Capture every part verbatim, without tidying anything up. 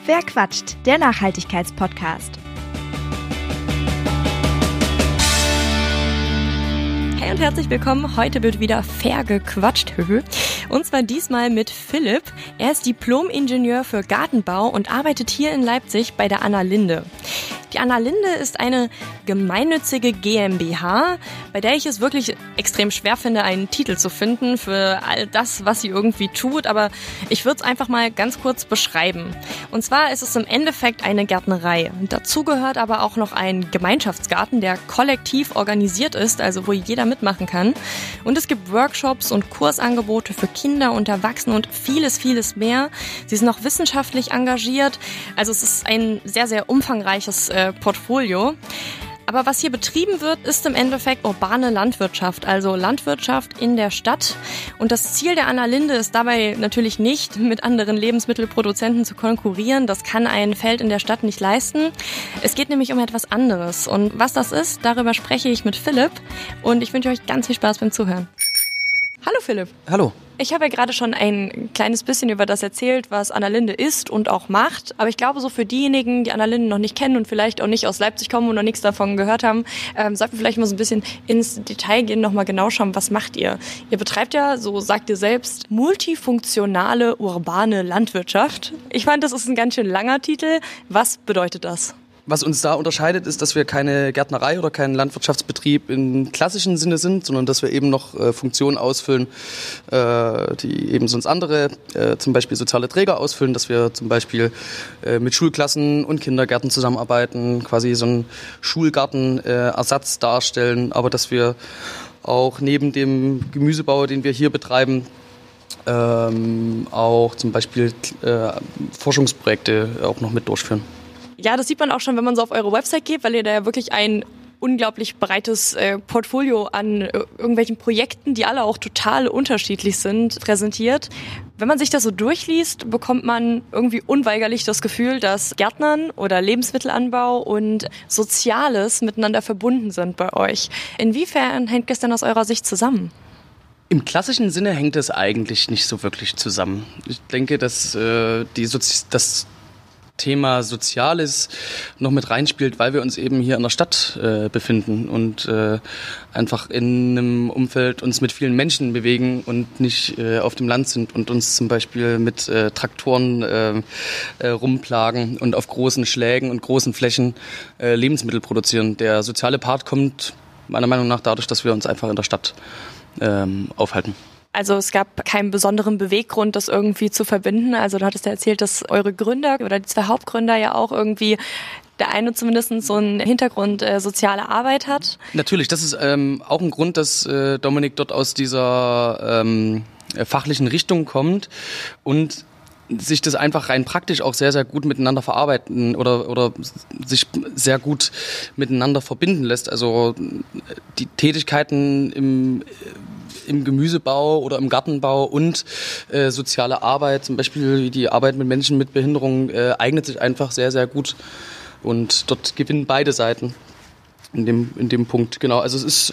Wer quatscht? Der Nachhaltigkeitspodcast. Hey und herzlich willkommen. Heute wird wieder fair gequatscht. Und zwar diesmal mit Philipp. Er ist Diplom-Ingenieur für Gartenbau und arbeitet hier in Leipzig bei der Anna Linde. Die Anna Linde ist eine gemeinnützige GmbH, bei der ich es wirklich extrem schwer finde, einen Titel zu finden für all das, was sie irgendwie tut. Aber ich würde es einfach mal ganz kurz beschreiben. Und zwar ist es im Endeffekt eine Gärtnerei. Dazu gehört aber auch noch ein Gemeinschaftsgarten, der kollektiv organisiert ist, also wo jeder mitmachen kann. Und es gibt Workshops und Kursangebote für Kinder und Erwachsene und vieles, vieles mehr. Sie sind auch wissenschaftlich engagiert. Also es ist ein sehr, sehr umfangreiches äh, Portfolio. Aber was hier betrieben wird, ist im Endeffekt urbane Landwirtschaft, also Landwirtschaft in der Stadt. Und das Ziel der Anna Linde ist dabei natürlich nicht, mit anderen Lebensmittelproduzenten zu konkurrieren. Das kann ein Feld in der Stadt nicht leisten. Es geht nämlich um etwas anderes. Und was das ist, darüber spreche ich mit Philipp. Und ich wünsche euch ganz viel Spaß beim Zuhören. Hallo Philipp. Hallo. Ich habe ja gerade schon ein kleines bisschen über das erzählt, was Anna Linde ist und auch macht. Aber ich glaube, so für diejenigen, die Anna Linde noch nicht kennen und vielleicht auch nicht aus Leipzig kommen und noch nichts davon gehört haben, ähm, sollten wir vielleicht mal so ein bisschen ins Detail gehen, nochmal genau schauen, was macht ihr? Ihr betreibt ja, so sagt ihr selbst, multifunktionale urbane Landwirtschaft. Ich fand, das ist ein ganz schön langer Titel. Was bedeutet das? Was uns da unterscheidet, ist, dass wir keine Gärtnerei oder kein Landwirtschaftsbetrieb im klassischen Sinne sind, sondern dass wir eben noch äh, Funktionen ausfüllen, äh, die eben sonst andere, äh, zum Beispiel soziale Träger ausfüllen, dass wir zum Beispiel äh, mit Schulklassen und Kindergärten zusammenarbeiten, quasi so einen Schulgartenersatz äh, darstellen, aber dass wir auch neben dem Gemüsebau, den wir hier betreiben, ähm, auch zum Beispiel äh, Forschungsprojekte auch noch mit durchführen. Ja, das sieht man auch schon, wenn man so auf eure Website geht, weil ihr da ja wirklich ein unglaublich breites äh, Portfolio an äh, irgendwelchen Projekten, die alle auch total unterschiedlich sind, präsentiert. Wenn man sich das so durchliest, bekommt man irgendwie unweigerlich das Gefühl, dass Gärtnern oder Lebensmittelanbau und Soziales miteinander verbunden sind bei euch. Inwiefern hängt das denn aus eurer Sicht zusammen? Im klassischen Sinne hängt es eigentlich nicht so wirklich zusammen. Ich denke, dass äh, die Sozi- das Thema Soziales noch mit reinspielt, weil wir uns eben hier in der Stadt äh, befinden und äh, einfach in einem Umfeld uns mit vielen Menschen bewegen und nicht äh, auf dem Land sind und uns zum Beispiel mit äh, Traktoren äh, äh, rumplagen und auf großen Schlägen und großen Flächen äh, Lebensmittel produzieren. Der soziale Part kommt meiner Meinung nach dadurch, dass wir uns einfach in der Stadt ähm, aufhalten. Also es gab keinen besonderen Beweggrund, das irgendwie zu verbinden. Also du hattest ja erzählt, dass eure Gründer oder die zwei Hauptgründer ja auch irgendwie, der eine zumindest so einen Hintergrund äh, soziale Arbeit hat. Natürlich, das ist ähm, auch ein Grund, dass äh, Dominik dort aus dieser ähm, fachlichen Richtung kommt und sich das einfach rein praktisch auch sehr, sehr gut miteinander verarbeiten oder, oder sich sehr gut miteinander verbinden lässt. Also die Tätigkeiten im im Gemüsebau oder im Gartenbau und äh, soziale Arbeit, zum Beispiel die Arbeit mit Menschen mit Behinderung, äh, eignet sich einfach sehr, sehr gut. Und dort gewinnen beide Seiten in dem, in dem Punkt. Genau, also es ist,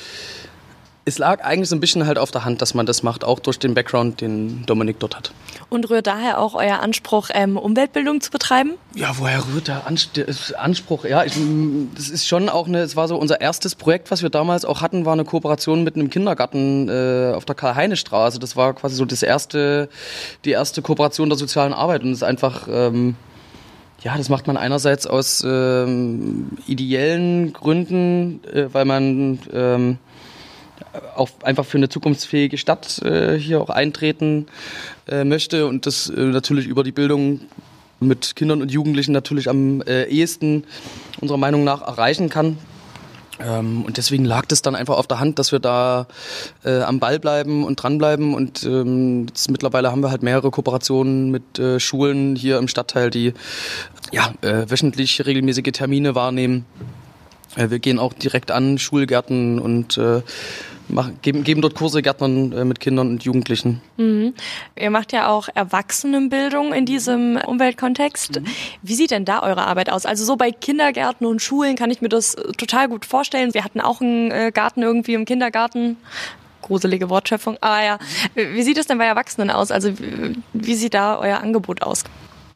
es lag eigentlich so ein bisschen halt auf der Hand, dass man das macht, auch durch den Background, den Dominik dort hat. Und rührt daher auch euer Anspruch, ähm, Umweltbildung zu betreiben? Ja, woher rührt der Anspruch? Ja, ich, das ist schon auch eine, es war so unser erstes Projekt, was wir damals auch hatten, war eine Kooperation mit einem Kindergarten äh, auf der Karl-Heine-Straße. Das war quasi so das erste, die erste Kooperation der sozialen Arbeit und es ist einfach, ähm, ja, das macht man einerseits aus ähm, ideellen Gründen, äh, weil man ähm, auch einfach für eine zukunftsfähige Stadt äh, hier auch eintreten äh, möchte und das äh, natürlich über die Bildung mit Kindern und Jugendlichen natürlich am äh, ehesten unserer Meinung nach erreichen kann. Ähm, und deswegen lag das dann einfach auf der Hand, dass wir da äh, am Ball bleiben und dranbleiben und ähm, jetzt mittlerweile haben wir halt mehrere Kooperationen mit äh, Schulen hier im Stadtteil, die ja äh, wöchentlich regelmäßige Termine wahrnehmen. Äh, wir gehen auch direkt an Schulgärten und äh, Machen, geben, geben dort Kurse Gärtnern äh, mit Kindern und Jugendlichen. Mhm. Ihr macht ja auch Erwachsenenbildung in diesem Umweltkontext. Mhm. Wie sieht denn da eure Arbeit aus? Also so bei Kindergärten und Schulen kann ich mir das total gut vorstellen. Wir hatten auch einen äh, Garten irgendwie im Kindergarten. Gruselige Wortschöpfung. Aber ja, wie sieht es denn bei Erwachsenen aus? Also wie, wie sieht da euer Angebot aus?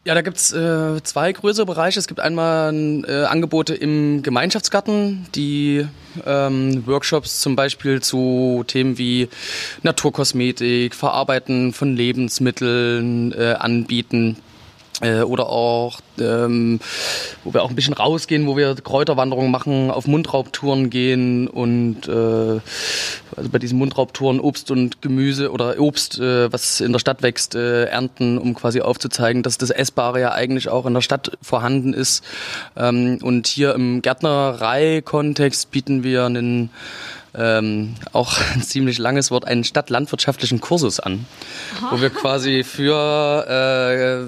Ja, da gibt's äh, zwei größere Bereiche. Es gibt einmal äh, Angebote im Gemeinschaftsgarten, die ähm, Workshops zum Beispiel zu Themen wie Naturkosmetik, Verarbeiten von Lebensmitteln äh, anbieten. Äh, oder auch, ähm, wo wir auch ein bisschen rausgehen, wo wir Kräuterwanderungen machen, auf Mundraubtouren gehen und äh, also bei diesen Mundraubtouren Obst und Gemüse oder Obst, äh, was in der Stadt wächst, äh, ernten, um quasi aufzuzeigen, dass das Essbare ja eigentlich auch in der Stadt vorhanden ist. Ähm, und hier im Gärtnerei-Kontext bieten wir einen Ähm, auch ein ziemlich langes Wort, einen stadtlandwirtschaftlichen Kursus an, Aha. wo wir quasi für äh,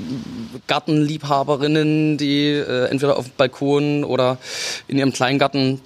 Gartenliebhaberinnen, die äh, entweder auf dem Balkon oder in ihrem Kleingarten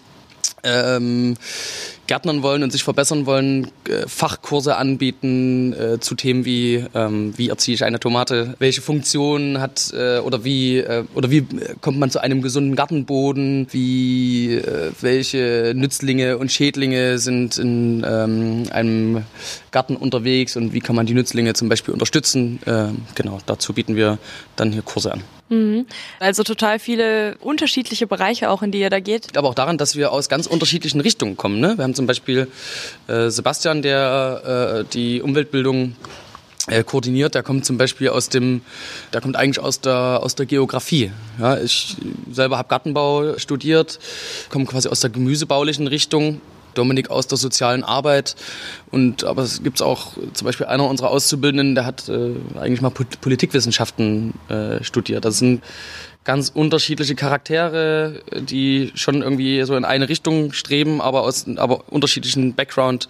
ähm, gärtnern wollen und sich verbessern wollen, äh, Fachkurse anbieten äh, zu Themen wie ähm, wie erziehe ich eine Tomate, welche Funktion hat äh, oder wie äh, oder wie kommt man zu einem gesunden Gartenboden, wie äh, welche Nützlinge und Schädlinge sind in ähm, einem Garten unterwegs und wie kann man die Nützlinge zum Beispiel unterstützen. Äh, genau, dazu bieten wir dann hier Kurse an. Also total viele unterschiedliche Bereiche auch, in die ihr da geht. Aber auch daran, dass wir aus ganz unterschiedlichen Richtungen kommen. Ne? Wir haben zum Beispiel äh, Sebastian, der äh, die Umweltbildung äh, koordiniert. Der kommt zum Beispiel aus dem, der kommt eigentlich aus der aus der Geografie. Ja, ich selber habe Gartenbau studiert, komme quasi aus der gemüsebaulichen Richtung. Dominik aus der sozialen Arbeit und aber es gibt auch zum Beispiel einer unserer Auszubildenden, der hat äh, eigentlich mal Politikwissenschaften äh, studiert. Das sind ganz unterschiedliche Charaktere, die schon irgendwie so in eine Richtung streben, aber aus aber unterschiedlichen Background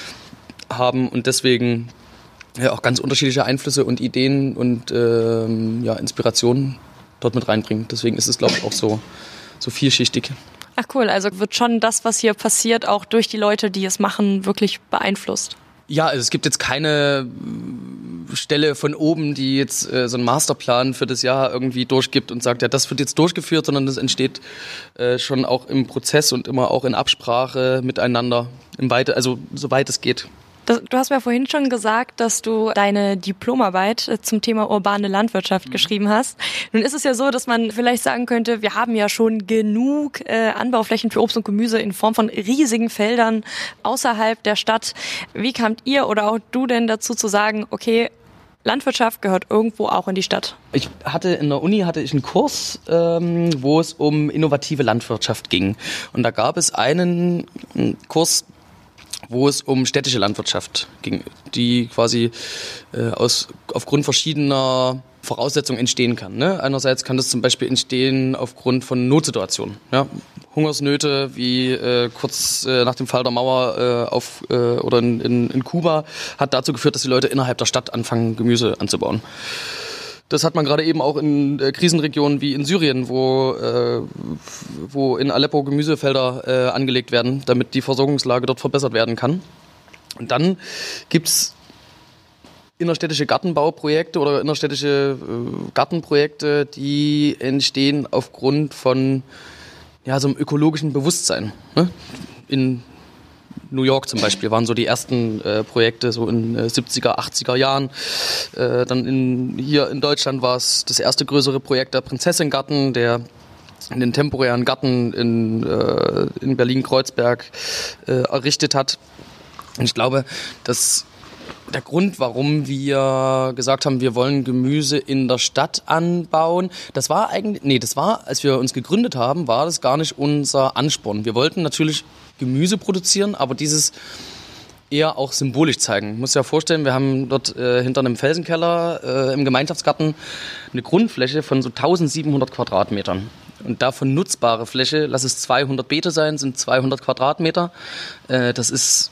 haben und deswegen ja, auch ganz unterschiedliche Einflüsse und Ideen und ähm, ja, Inspirationen dort mit reinbringen. Deswegen ist es, glaube ich, auch so, so vielschichtig. Ach cool, also wird schon das, was hier passiert, auch durch die Leute, die es machen, wirklich beeinflusst? Ja, also es gibt jetzt keine Stelle von oben, die jetzt äh, so einen Masterplan für das Jahr irgendwie durchgibt und sagt, ja, das wird jetzt durchgeführt, sondern das entsteht äh, schon auch im Prozess und immer auch in Absprache miteinander, im Weite, also soweit es geht. Das, du hast mir vorhin schon gesagt, dass du deine Diplomarbeit zum Thema urbane Landwirtschaft mhm. geschrieben hast. Nun ist es ja so, dass man vielleicht sagen könnte, wir haben ja schon genug äh, Anbauflächen für Obst und Gemüse in Form von riesigen Feldern außerhalb der Stadt. Wie kamt ihr oder auch du denn dazu zu sagen, okay, Landwirtschaft gehört irgendwo auch in die Stadt? Ich hatte in der Uni hatte ich einen Kurs, ähm, wo es um innovative Landwirtschaft ging. Und da gab es einen, einen Kurs, wo es um städtische Landwirtschaft ging, die quasi äh, aus, aufgrund verschiedener Voraussetzungen entstehen kann. Ne? Einerseits kann das zum Beispiel entstehen aufgrund von Notsituationen. Ja? Hungersnöte wie äh, kurz äh, nach dem Fall der Mauer äh, auf, äh, oder in, in, in Kuba hat dazu geführt, dass die Leute innerhalb der Stadt anfangen, Gemüse anzubauen. Das hat man gerade eben auch in äh, Krisenregionen wie in Syrien, wo, äh, wo in Aleppo Gemüsefelder äh, angelegt werden, damit die Versorgungslage dort verbessert werden kann. Und dann gibt's innerstädtische Gartenbauprojekte oder innerstädtische äh, Gartenprojekte, die entstehen aufgrund von ja, so einem ökologischen Bewusstsein. Ne? In New York zum Beispiel waren so die ersten äh, Projekte so in äh, siebziger, achtziger Jahren. Äh, dann in, hier in Deutschland war es das erste größere Projekt der Prinzessingarten, der in den temporären Garten in, äh, in Berlin-Kreuzberg äh, errichtet hat. Und ich glaube, dass der Grund, warum wir gesagt haben, wir wollen Gemüse in der Stadt anbauen, das war eigentlich, nee, das war, als wir uns gegründet haben, war das gar nicht unser Ansporn. Wir wollten natürlich Gemüse produzieren, aber dieses eher auch symbolisch zeigen. Ich muss ja vorstellen, wir haben dort äh, hinter einem Felsenkeller äh, im Gemeinschaftsgarten eine Grundfläche von so eintausendsiebenhundert Quadratmetern. Und davon nutzbare Fläche, lass es zweihundert Beete sein, sind zweihundert Quadratmeter. Äh, das ist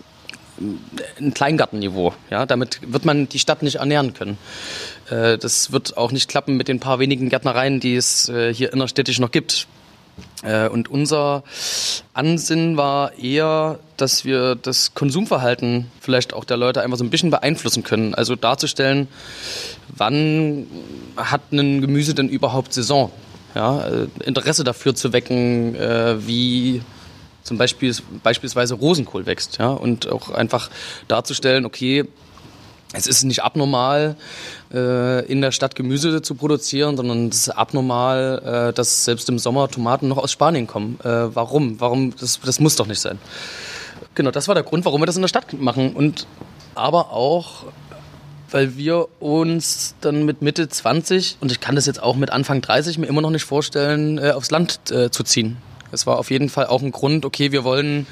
ein Kleingartenniveau. Ja? Damit wird man die Stadt nicht ernähren können. Äh, das wird auch nicht klappen mit den paar wenigen Gärtnereien, die es äh, hier innerstädtisch noch gibt. Äh, und unser Ansinnen war eher, dass wir das Konsumverhalten vielleicht auch der Leute einfach so ein bisschen beeinflussen können. Also darzustellen, wann hat ein Gemüse denn überhaupt Saison? Ja? Äh, Interesse dafür zu wecken, äh, wie zum Beispiel beispielsweise Rosenkohl wächst, ja, und auch einfach darzustellen, okay, es ist nicht abnormal, äh, in der Stadt Gemüse zu produzieren, sondern es ist abnormal, äh, dass selbst im Sommer Tomaten noch aus Spanien kommen. Äh, warum? Warum? Das, das muss doch nicht sein. Genau, das war der Grund, warum wir das in der Stadt machen. Und aber auch, weil wir uns dann mit Mitte zwanzig, und ich kann das jetzt auch mit Anfang dreißig mir immer noch nicht vorstellen, äh, aufs Land äh, zu ziehen. Es war auf jeden Fall auch ein Grund, okay, wir wollen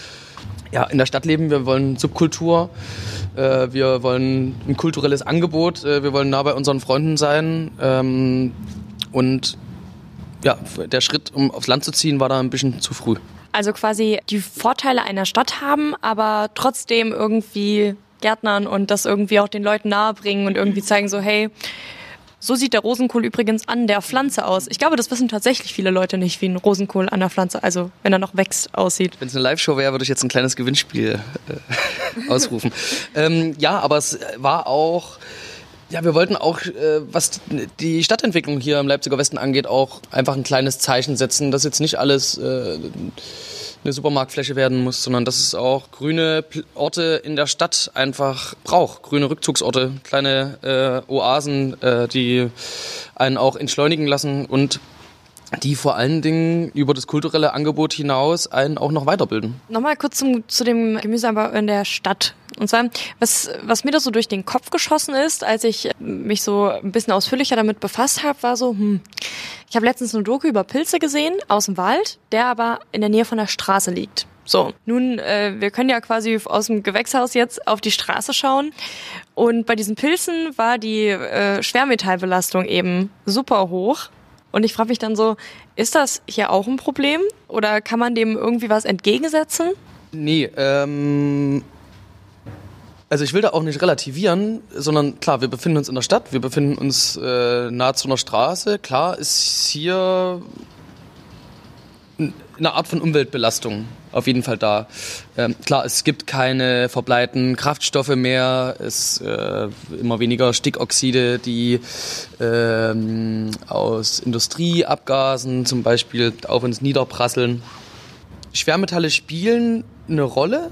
ja, in der Stadt leben, wir wollen Subkultur, äh, wir wollen ein kulturelles Angebot, äh, wir wollen nah bei unseren Freunden sein. Ähm, und ja, der Schritt, um aufs Land zu ziehen, war da ein bisschen zu früh. Also quasi die Vorteile einer Stadt haben, aber trotzdem irgendwie Gärtnern und das irgendwie auch den Leuten nahebringen und irgendwie zeigen so, hey, so sieht der Rosenkohl übrigens an der Pflanze aus. Ich glaube, das wissen tatsächlich viele Leute nicht, wie ein Rosenkohl an der Pflanze, also wenn er noch wächst, aussieht. Wenn es eine Live-Show wäre, würde ich jetzt ein kleines Gewinnspiel äh, ausrufen. ähm, ja, aber es war auch, ja, wir wollten auch, äh, was die Stadtentwicklung hier im Leipziger Westen angeht, auch einfach ein kleines Zeichen setzen, dass jetzt nicht alles äh, eine Supermarktfläche werden muss, sondern dass es auch grüne Orte in der Stadt einfach braucht. Grüne Rückzugsorte, kleine äh, Oasen, äh, die einen auch entschleunigen lassen und die vor allen Dingen über das kulturelle Angebot hinaus einen auch noch weiterbilden. Nochmal kurz zum, zu dem Gemüseanbau in der Stadt. Und zwar, was, was mir da so durch den Kopf geschossen ist, als ich mich so ein bisschen ausführlicher damit befasst habe, war so, hm, ich habe letztens eine Doku über Pilze gesehen aus dem Wald, der aber in der Nähe von der Straße liegt. So, nun, äh, wir können ja quasi aus dem Gewächshaus jetzt auf die Straße schauen. Und bei diesen Pilzen war die äh, Schwermetallbelastung eben super hoch. Und ich frage mich dann so, ist das hier auch ein Problem? Oder kann man dem irgendwie was entgegensetzen? Nee, ähm... Also ich will da auch nicht relativieren, sondern klar, wir befinden uns in der Stadt, wir befinden uns äh, nahe zu einer Straße. Klar ist hier eine Art von Umweltbelastung auf jeden Fall da. Ähm, klar, es gibt keine verbleiten Kraftstoffe mehr, es äh, immer weniger Stickoxide, die ähm, aus Industrieabgasen zum Beispiel auf uns niederprasseln. Schwermetalle spielen eine Rolle.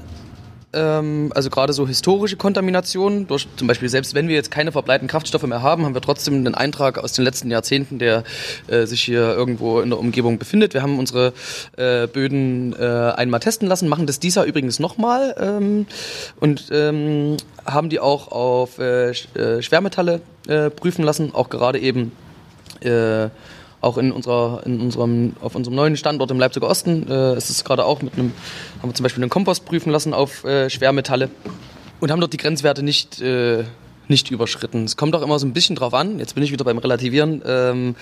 Also gerade so historische Kontaminationen, durch zum Beispiel, selbst wenn wir jetzt keine verbleiten Kraftstoffe mehr haben, haben wir trotzdem einen Eintrag aus den letzten Jahrzehnten, der äh, sich hier irgendwo in der Umgebung befindet. Wir haben unsere äh, Böden äh, einmal testen lassen, machen das dieses Jahr übrigens nochmal ähm, und ähm, haben die auch auf äh, Schwermetalle äh, prüfen lassen, auch gerade eben äh, Auch in unserer, in unserem, auf unserem neuen Standort im Leipziger Osten äh, ist es gerade auch mit einem, haben wir zum Beispiel einen Kompost prüfen lassen auf äh, Schwermetalle und haben dort die Grenzwerte nicht, äh, nicht überschritten. Es kommt auch immer so ein bisschen drauf an, jetzt bin ich wieder beim Relativieren, ähm,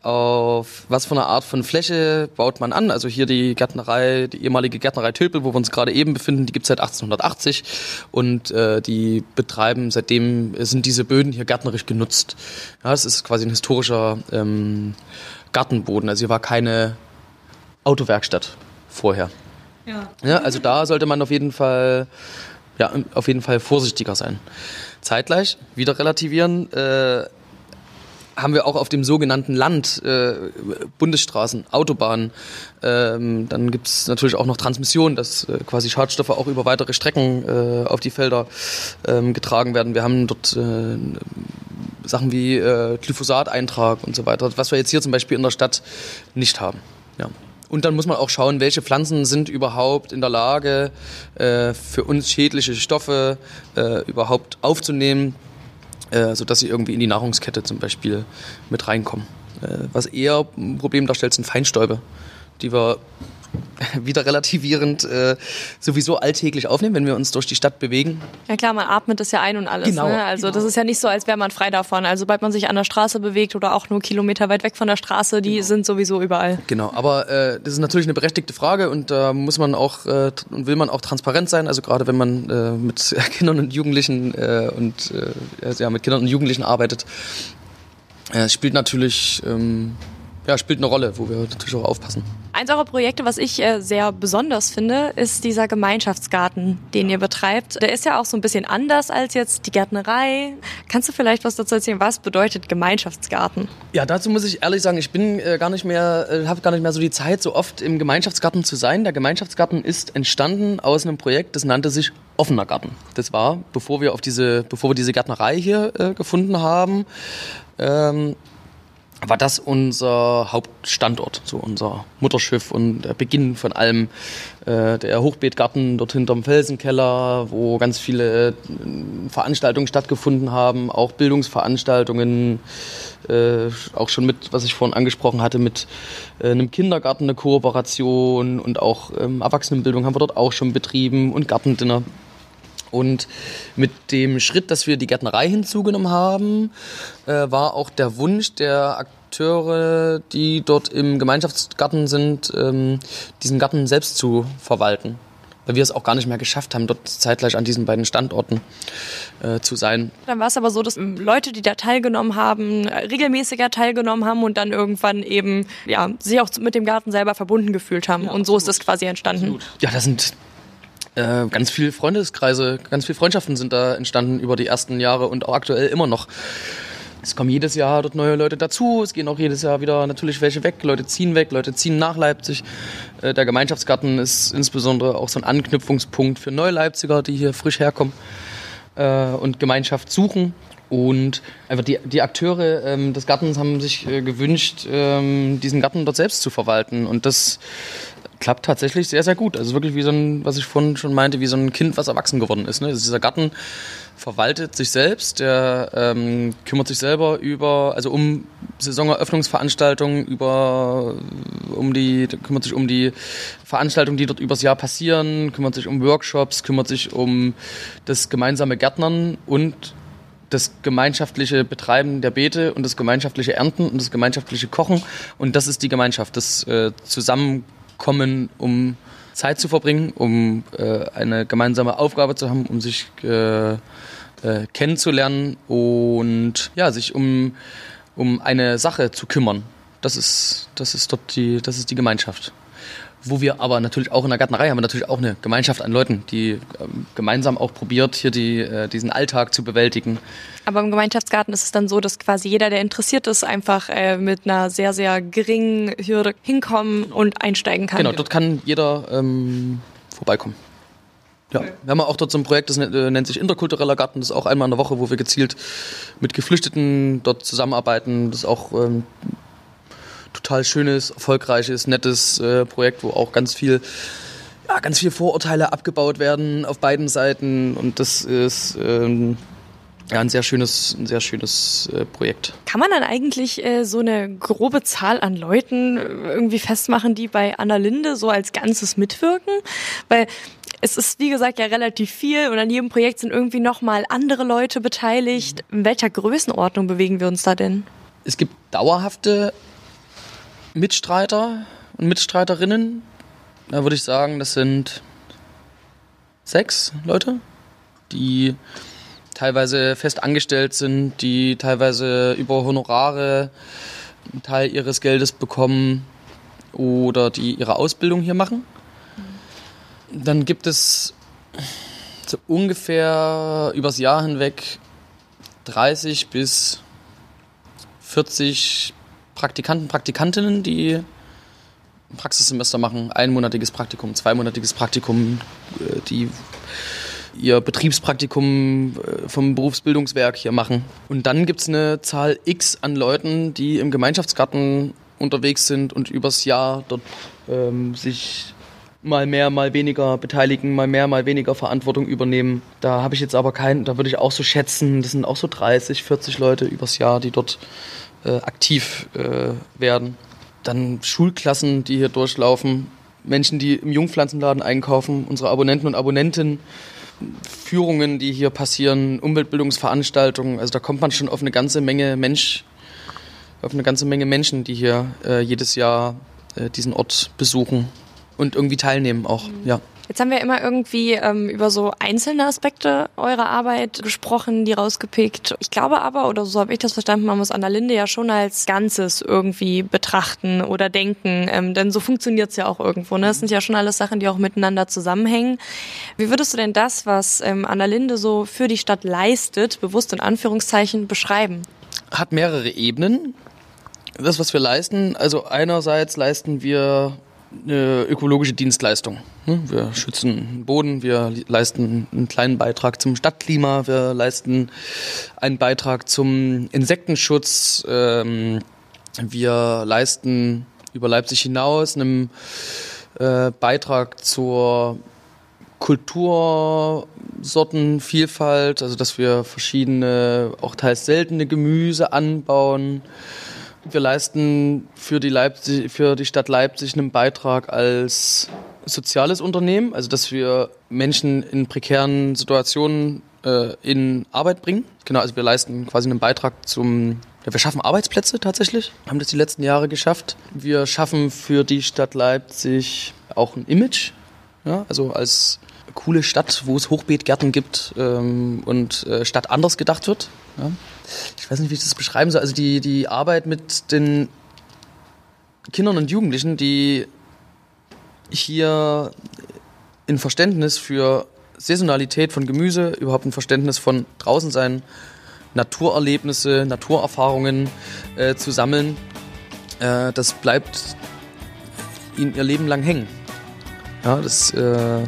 auf was für eine Art von Fläche baut man an. Also hier die Gärtnerei, die ehemalige Gärtnerei Tölpel, wo wir uns gerade eben befinden, die gibt es seit achtzehnhundertachtzig und äh, die betreiben, seitdem sind diese Böden hier gärtnerisch genutzt. Ja, es ist quasi ein historischer ähm, Gartenboden, also hier war keine Autowerkstatt vorher. Ja. Ja, also da sollte man auf jeden Fall, ja, auf jeden Fall vorsichtiger sein. Zeitgleich, wieder relativieren, äh, haben wir auch auf dem sogenannten Land äh, Bundesstraßen, Autobahnen. Ähm, dann gibt es natürlich auch noch Transmission, dass äh, quasi Schadstoffe auch über weitere Strecken äh, auf die Felder ähm, getragen werden. Wir haben dort äh, Sachen wie äh, Glyphosat-Eintrag und so weiter, was wir jetzt hier zum Beispiel in der Stadt nicht haben. Ja. Und dann muss man auch schauen, welche Pflanzen sind überhaupt in der Lage, äh, für uns schädliche Stoffe äh, überhaupt aufzunehmen, äh, sodass sie irgendwie in die Nahrungskette zum Beispiel mit reinkommen. Äh, was eher ein Problem darstellt, sind Feinstäube, die wir wieder relativierend äh, sowieso alltäglich aufnehmen, wenn wir uns durch die Stadt bewegen. Ja klar, man atmet das ja ein und alles. Genau, ne? Also genau. Das ist ja nicht so, als wäre man frei davon. Also sobald man sich an der Straße bewegt oder auch nur Kilometer weit weg von der Straße, die genau. sind sowieso überall. Genau, aber äh, das ist natürlich eine berechtigte Frage und da äh, muss man auch äh, und will man auch transparent sein. Also gerade wenn man äh, mit Kindern und Jugendlichen äh, und äh, also ja, mit Kindern und Jugendlichen arbeitet, äh, spielt natürlich ähm, ja, spielt eine Rolle, wo wir natürlich auch aufpassen. Eins eurer Projekte, was ich äh, sehr besonders finde, ist dieser Gemeinschaftsgarten, den ihr betreibt. Der ist ja auch so ein bisschen anders als jetzt die Gärtnerei. Kannst du vielleicht was dazu erzählen? Was bedeutet Gemeinschaftsgarten? Ja, dazu muss ich ehrlich sagen, ich bin äh, gar nicht mehr, äh, habe gar nicht mehr so die Zeit, so oft im Gemeinschaftsgarten zu sein. Der Gemeinschaftsgarten ist entstanden aus einem Projekt, das nannte sich Offener Garten. Das war, bevor wir auf diese, bevor wir diese Gärtnerei hier äh, gefunden haben, ähm, war das unser Hauptstandort, so unser Mutterschiff und der Beginn von allem. Äh, der Hochbeetgarten dort hinterm Felsenkeller, wo ganz viele äh, Veranstaltungen stattgefunden haben, auch Bildungsveranstaltungen, äh, auch schon mit, was ich vorhin angesprochen hatte, mit äh, einem Kindergarten eine Kooperation und auch ähm, Erwachsenenbildung haben wir dort auch schon betrieben und Gartendinner. Und mit dem Schritt, dass wir die Gärtnerei hinzugenommen haben, äh, war auch der Wunsch der Akteure, die dort im Gemeinschaftsgarten sind, ähm, diesen Garten selbst zu verwalten. Weil wir es auch gar nicht mehr geschafft haben, dort zeitgleich an diesen beiden Standorten äh, zu sein. Dann war es aber so, dass Leute, die da teilgenommen haben, regelmäßiger teilgenommen haben und dann irgendwann eben ja, sich auch mit dem Garten selber verbunden gefühlt haben. Ja, und so absolut. Ist das quasi entstanden. Absolut. Ja, das sind Äh, ganz viele Freundeskreise, ganz viele Freundschaften sind da entstanden über die ersten Jahre und auch aktuell immer noch. Es kommen jedes Jahr dort neue Leute dazu, es gehen auch jedes Jahr wieder natürlich welche weg, Leute ziehen weg, Leute ziehen nach Leipzig. Äh, der Gemeinschaftsgarten ist insbesondere auch so ein Anknüpfungspunkt für Neuleipziger, die hier frisch herkommen äh, und Gemeinschaft suchen. Und einfach die, die Akteure ähm, des Gartens haben sich äh, gewünscht, ähm, diesen Garten dort selbst zu verwalten. Und das klappt tatsächlich sehr, sehr gut. Also wirklich wie so ein, was ich vorhin schon meinte, wie so ein Kind, was erwachsen geworden ist. Ne? Also dieser Garten verwaltet sich selbst, der ähm, kümmert sich selber über, also um Saisoneröffnungsveranstaltungen, über, um die, kümmert sich um die Veranstaltungen, die dort übers Jahr passieren, kümmert sich um Workshops, kümmert sich um das gemeinsame Gärtnern und das gemeinschaftliche Betreiben der Beete und das gemeinschaftliche Ernten und das gemeinschaftliche Kochen. Und das ist die Gemeinschaft, das äh, Zusammenkommen, um Zeit zu verbringen, um äh, eine gemeinsame Aufgabe zu haben, um sich äh, äh, kennenzulernen und ja, sich um, um eine Sache zu kümmern. Das ist, das ist dort die, das ist die Gemeinschaft. Wo wir aber natürlich auch in der Gärtnerei haben wir natürlich auch eine Gemeinschaft an Leuten, die ähm, gemeinsam auch probiert, hier die, äh, diesen Alltag zu bewältigen. Aber im Gemeinschaftsgarten ist es dann so, dass quasi jeder, der interessiert ist, einfach äh, mit einer sehr, sehr geringen Hürde hinkommen und einsteigen kann. Genau, dort kann jeder ähm, vorbeikommen. Ja, wir haben auch dort so ein Projekt, das nennt sich interkultureller Garten. Das ist auch einmal in der Woche, wo wir gezielt mit Geflüchteten dort zusammenarbeiten. Das ist auch ähm, total schönes, erfolgreiches, nettes äh, Projekt, wo auch ganz viel, ja, ganz viel Vorurteile abgebaut werden auf beiden Seiten. Und das ist ähm, ja, ein sehr schönes, ein sehr schönes äh, Projekt. Kann man dann eigentlich äh, so eine grobe Zahl an Leuten irgendwie festmachen, die bei Annalinde so als Ganzes mitwirken? Weil es ist, wie gesagt, ja relativ viel und an jedem Projekt sind irgendwie nochmal andere Leute beteiligt. In welcher Größenordnung bewegen wir uns da denn? Es gibt dauerhafte Mitstreiter und Mitstreiterinnen. Da würde ich sagen, das sind sechs Leute, die teilweise fest angestellt sind, die teilweise über Honorare einen Teil ihres Geldes bekommen oder die ihre Ausbildung hier machen. Dann gibt es so ungefähr übers Jahr hinweg dreißig bis vierzig Praktikanten, Praktikantinnen, die ein Praxissemester machen, einmonatiges Praktikum, zweimonatiges Praktikum, die ihr Betriebspraktikum vom Berufsbildungswerk hier machen. Und dann gibt es eine Zahl X an Leuten, die im Gemeinschaftsgarten unterwegs sind und übers Jahr dort ähm, sich mal mehr, mal weniger beteiligen, mal mehr, mal weniger Verantwortung übernehmen. Da habe ich jetzt aber keinen, da würde ich auch so schätzen, das sind auch so dreißig, vierzig Leute übers Jahr, die dort äh, aktiv äh, werden. Dann Schulklassen, die hier durchlaufen, Menschen, die im Jungpflanzenladen einkaufen, unsere Abonnenten und Abonnentinnen, Führungen, die hier passieren, Umweltbildungsveranstaltungen. Also da kommt man schon auf eine ganze Menge Mensch, auf eine ganze Menge Menschen, die hier äh, jedes Jahr äh, diesen Ort besuchen und irgendwie teilnehmen auch, ja. Jetzt haben wir immer irgendwie ähm, über so einzelne Aspekte eurer Arbeit gesprochen, die rausgepickt. Ich glaube aber, oder so habe ich das verstanden, man muss Annalinde ja schon als Ganzes irgendwie betrachten oder denken, ähm, denn so funktioniert es ja auch irgendwo. Ne? Das sind ja schon alles Sachen, die auch miteinander zusammenhängen. Wie würdest du denn das, was ähm, Annalinde so für die Stadt leistet, bewusst in Anführungszeichen, beschreiben? Hat mehrere Ebenen. Das, was wir leisten, also einerseits leisten wir eine ökologische Dienstleistung. Wir schützen den Boden, wir leisten einen kleinen Beitrag zum Stadtklima, wir leisten einen Beitrag zum Insektenschutz, wir leisten über Leipzig hinaus einen Beitrag zur Kultursortenvielfalt, also dass wir verschiedene, auch teils seltene Gemüse anbauen. Wir leisten für die, Leipzig, für die Stadt Leipzig einen Beitrag als soziales Unternehmen, also dass wir Menschen in prekären Situationen äh, in Arbeit bringen. Genau, also wir leisten quasi einen Beitrag zum, ja, wir schaffen Arbeitsplätze tatsächlich, haben das die letzten Jahre geschafft. Wir schaffen für die Stadt Leipzig auch ein Image, ja, also als coole Stadt, wo es Hochbeetgärten gibt ähm, und äh, Stadt anders gedacht wird. Ja. Ich weiß nicht, wie ich das beschreiben soll. Also die, die Arbeit mit den Kindern und Jugendlichen, die hier ein Verständnis für Saisonalität von Gemüse, überhaupt ein Verständnis von draußen sein, Naturerlebnisse, Naturerfahrungen äh, zu sammeln, äh, das bleibt ihnen ihr Leben lang hängen. Ja, das, äh,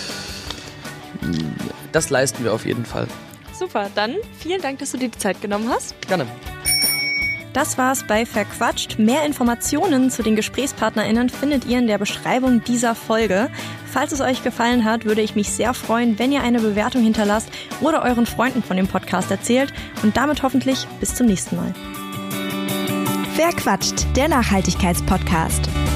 das leisten wir auf jeden Fall. Super, dann vielen Dank, dass du dir die Zeit genommen hast. Gerne. Das war's bei Verquatscht. Mehr Informationen zu den GesprächspartnerInnen findet ihr in der Beschreibung dieser Folge. Falls es euch gefallen hat, würde ich mich sehr freuen, wenn ihr eine Bewertung hinterlasst oder euren Freunden von dem Podcast erzählt. Und damit hoffentlich bis zum nächsten Mal. Verquatscht, der Nachhaltigkeitspodcast.